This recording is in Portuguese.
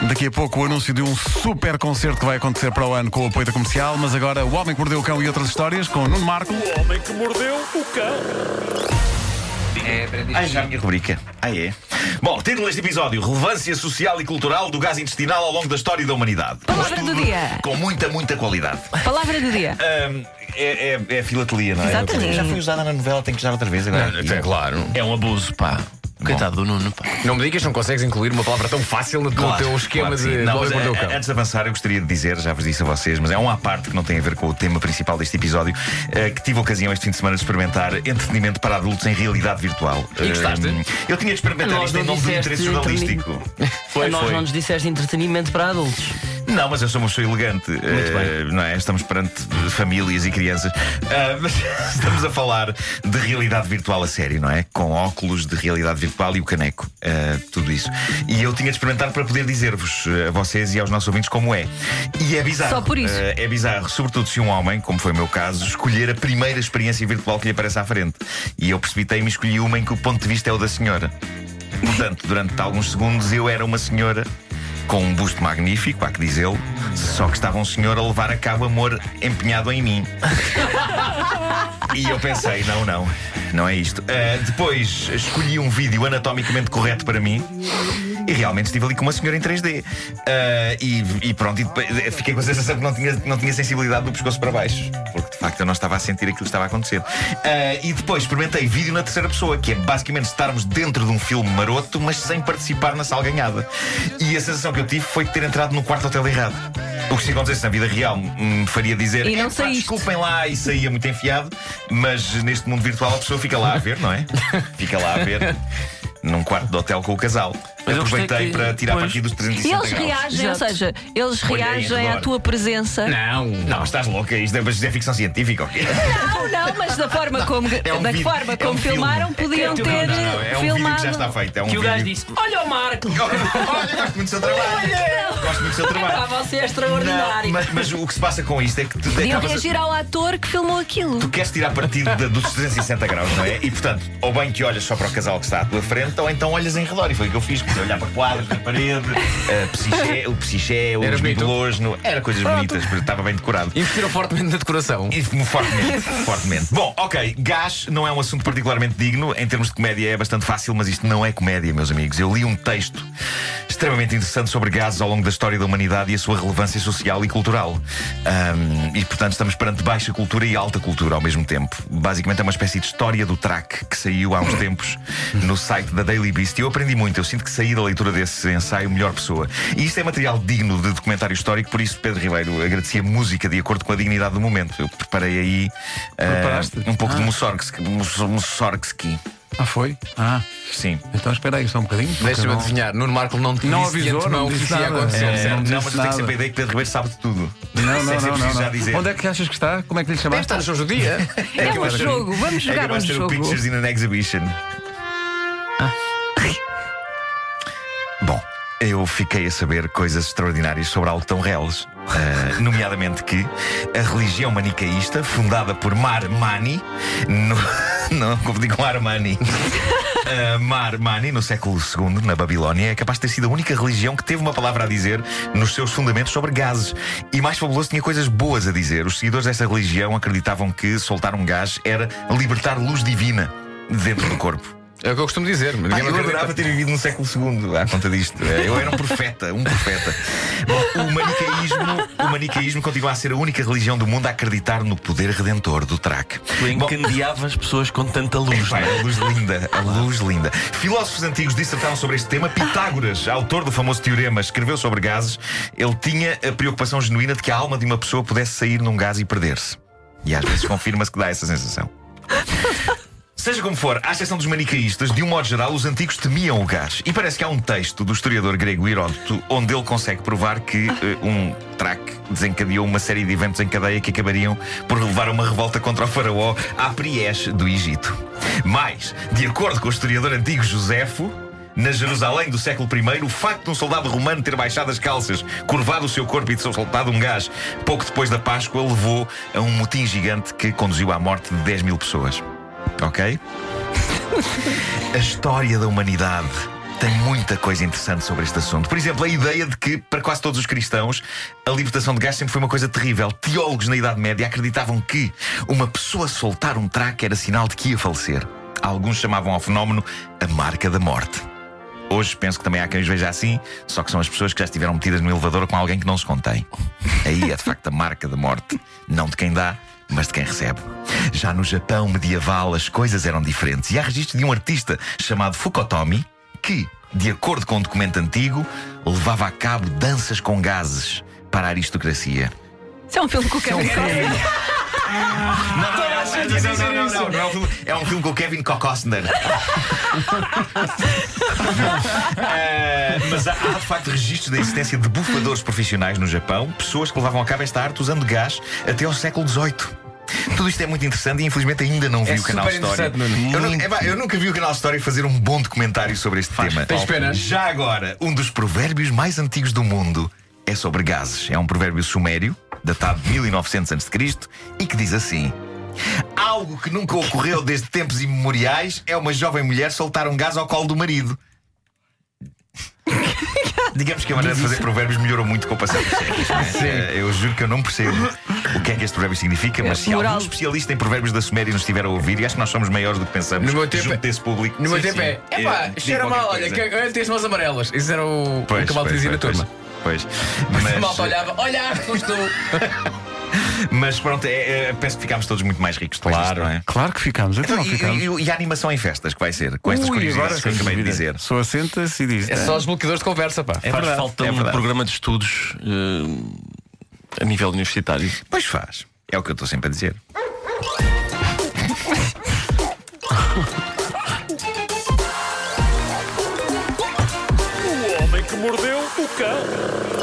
Daqui a pouco o anúncio de um super concerto que vai acontecer para o ano com o apoio da Comercial. Mas agora O Homem que Mordeu o Cão e outras histórias com Nuno Marco. O Homem que Mordeu o Cão. Já a minha rubrica. É. Bom, título deste episódio: Relevância social e cultural do gás intestinal ao longo da história da humanidade. Palavra do dia. Com muita qualidade. Palavra do dia. É filatelia, não é? Exatamente. Já foi usada na novela, tem que usar outra vez agora. Claro. É um abuso, pá. Coitado do Nuno, pá. Não me digas que não consegues incluir uma palavra tão fácil no teu esquema claro, de não, bola mas, e mordeu o cão. antes de avançar, eu gostaria de dizer, já vos disse a vocês, mas é um à parte que não tem a ver com o tema principal deste episódio, que tive a ocasião este fim de semana de experimentar entretenimento para adultos em realidade virtual. E gostaste? Eu tinha de experimentar isto em nome do interesse jornalístico. Nós não nos disseste entretenimento para adultos. Não, mas eu sou uma pessoa elegante. Não é? Estamos perante famílias e crianças. Mas estamos a falar de realidade virtual a sério, não é? Com óculos de realidade virtual e o caneco. Tudo isso. E eu tinha de experimentar para poder dizer-vos, a vocês e aos nossos ouvintes, como é. E é bizarro. Só por isso. É bizarro, sobretudo se um homem, como foi o meu caso, escolher a primeira experiência virtual que lhe aparece à frente. E eu precipitei-me e escolhi uma em que o ponto de vista é o da senhora. Portanto, durante alguns segundos eu era uma senhora com um busto magnífico, há que dizê-lo, só que estava um senhor a levar a cabo amor empenhado em mim. E eu pensei, não é isto. Depois escolhi um vídeo anatomicamente correto para mim e realmente estive ali com uma senhora em 3D. E pronto, e depois, fiquei com a sensação que não tinha sensibilidade do pescoço para baixo, porque de facto eu não estava a sentir aquilo que estava a acontecer. E depois experimentei vídeo na terceira pessoa, que é basicamente estarmos dentro de um filme maroto, mas sem participar na salganhada. E a sensação que eu tive foi de ter entrado no quarto hotel errado. O que se acontecesse na vida real me faria dizer: e não saíste. Desculpem lá, e saía muito enfiado. Mas neste mundo virtual a pessoa fica lá a ver, não é? Fica lá a ver num quarto de hotel com o casal. Mas eu aproveitei gostei para tirar pois. partido dos E 360 eles graus. reagem, Exato. ou seja, eles Olhei em reagem à redor. tua presença. Não, estás louca, isto é ficção científica, ok? Não, mas da forma como, um vídeo, como filme. filmaram, podiam ter É um vídeo filmado. que já está feito. É um Que o gajo vídeo. disse: olha o Marco! Olha, gosto muito do seu trabalho. Gosto muito do seu trabalho. Você é extraordinário. Mas o que se passa com isto é que tu Podiam acabas reagir ao ator que filmou aquilo. Tu queres tirar partido dos 360 graus, não é? E portanto, ou bem que olhas só para o casal que está à tua frente, ou então olhas em redor. E foi o que eu fiz. Comecei a olhar para quadros na parede, o psiché, Era os bonito? bibelos, era coisas bonitas, porque estava bem decorado. Investiram fortemente na decoração. E fortemente. Bom, ok, gás não é um assunto particularmente digno. Em termos de comédia é bastante fácil, mas isto não é comédia, meus amigos. Eu li um texto extremamente interessante sobre gases ao longo da história da humanidade e a sua relevância social e cultural. E portanto estamos perante baixa cultura e alta cultura ao mesmo tempo. Basicamente é uma espécie de história do track que saiu há uns tempos no site da Daily Beast. E eu aprendi muito. Eu sinto que saí da leitura desse ensaio melhor pessoa. E isto é material digno de documentário histórico. Por isso, Pedro Ribeiro, agradecia a música de acordo com a dignidade do momento. Eu preparei aí um pouco de Mussorgsky. Foi? Sim. Então espera aí só um bocadinho. Deixa-me adivinhar, Nuno Marco não te Não disse de avisou, antemão não o que disse isso ia nada. acontecer. Não Não, mas disse eu tenho nada. sempre a ideia que Pedro Ribeiro sabe de tudo. Não, Sem ser preciso já dizer. Onde é que achas que está? Como é que lhe Deve chamaste? estar nos shows do dia. É um jogo, vamos jogar capaz um de ter o jogo. Pictures in an Exhibition. Bom, eu fiquei a saber coisas extraordinárias sobre algo tão reles. Nomeadamente que a religião manicaísta, fundada por Mar Mani, não confundi com Armani. Mar Mani, no século II, na Babilónia, é capaz de ter sido a única religião que teve uma palavra a dizer nos seus fundamentos sobre gases. E mais fabuloso, tinha coisas boas a dizer. Os seguidores dessa religião acreditavam que soltar um gás era libertar luz divina dentro do corpo. É o que eu costumo dizer. Mas Pá, ninguém eu me acredita. adorava ter vivido no século II à conta disto. Eu era um profeta. Bom, o manicaísmo continua a ser a única religião do mundo a acreditar no poder redentor do track. Tu encandeavas pessoas com tanta luz, Pá, não é? a luz linda. Filósofos antigos dissertaram sobre este tema. Pitágoras, autor do famoso teorema, escreveu sobre gases. Ele tinha a preocupação genuína de que a alma de uma pessoa pudesse sair num gás e perder-se. E às vezes confirma-se que dá essa sensação. Seja como for, à exceção dos manicaístas, de um modo geral, os antigos temiam o gás. E parece que há um texto do historiador grego Heródoto onde ele consegue provar que um track desencadeou uma série de eventos em cadeia que acabariam por levar a uma revolta contra o faraó Apriesh do Egito. Mas, de acordo com o historiador antigo Joséfo, na Jerusalém do século I, o facto de um soldado romano ter baixado as calças, curvado o seu corpo e ter soltado um gás pouco depois da Páscoa levou a um motim gigante que conduziu à morte de 10.000 pessoas. Ok? A história da humanidade tem muita coisa interessante sobre este assunto. Por exemplo, a ideia de que, para quase todos os cristãos, a libertação de gás sempre foi uma coisa terrível. Teólogos na Idade Média acreditavam que uma pessoa soltar um traque era sinal de que ia falecer. Alguns chamavam ao fenómeno a marca da morte. Hoje penso que também há quem os veja assim, só que são as pessoas que já estiveram metidas no elevador com alguém que não se contém. Aí é de facto a marca da morte, não de quem dá, mas de quem recebe. Já no Japão medieval as coisas eram diferentes e há registro de um artista chamado Fukotomi que, de acordo com um documento antigo, levava a cabo danças com gases para a aristocracia. Isso é um filme com o Kevin Costner. Não. É um filme com o Kevin Costner. Mas há de facto registros da existência de bufadores profissionais no Japão, pessoas que levavam a cabo esta arte usando gás até ao século XVIII. Tudo isto é muito interessante e infelizmente ainda não vi o canal Story. Eu nunca vi o canal Story fazer um bom documentário sobre este tema. Tens pena? Já agora, um dos provérbios mais antigos do mundo é sobre gases. É um provérbio sumério, datado de 1900 a.C. e que diz assim: algo que nunca ocorreu desde tempos imemoriais é uma jovem mulher soltar um gás ao colo do marido. Digamos que a maneira de fazer provérbios melhorou muito com o passar dos séculos, não é? Eu juro que eu não percebo o que é que este provérbio significa, mas se algum especialista em provérbios da Suméria nos estiver a ouvir, e acho que nós somos maiores do que pensamos, no meu tempo, junto desse público. No meu tempo cheira mal, olha, tem as mãos amarelas. Isso era o que a malta dizia na turma. Mas a malta olhava, olha, foste tu. Mas pronto, penso que ficámos todos muito mais ricos depois disto, não é? Claro que ficámos. E a animação em festas que vai ser, com estas curiosidades que eu acabei de dizer. A pessoa senta-se e diz: é só os bloqueadores de conversa, pá. Faz falta um programa de estudos a nível universitário. Pois faz, é o que eu estou sempre a dizer. O homem que mordeu o cão.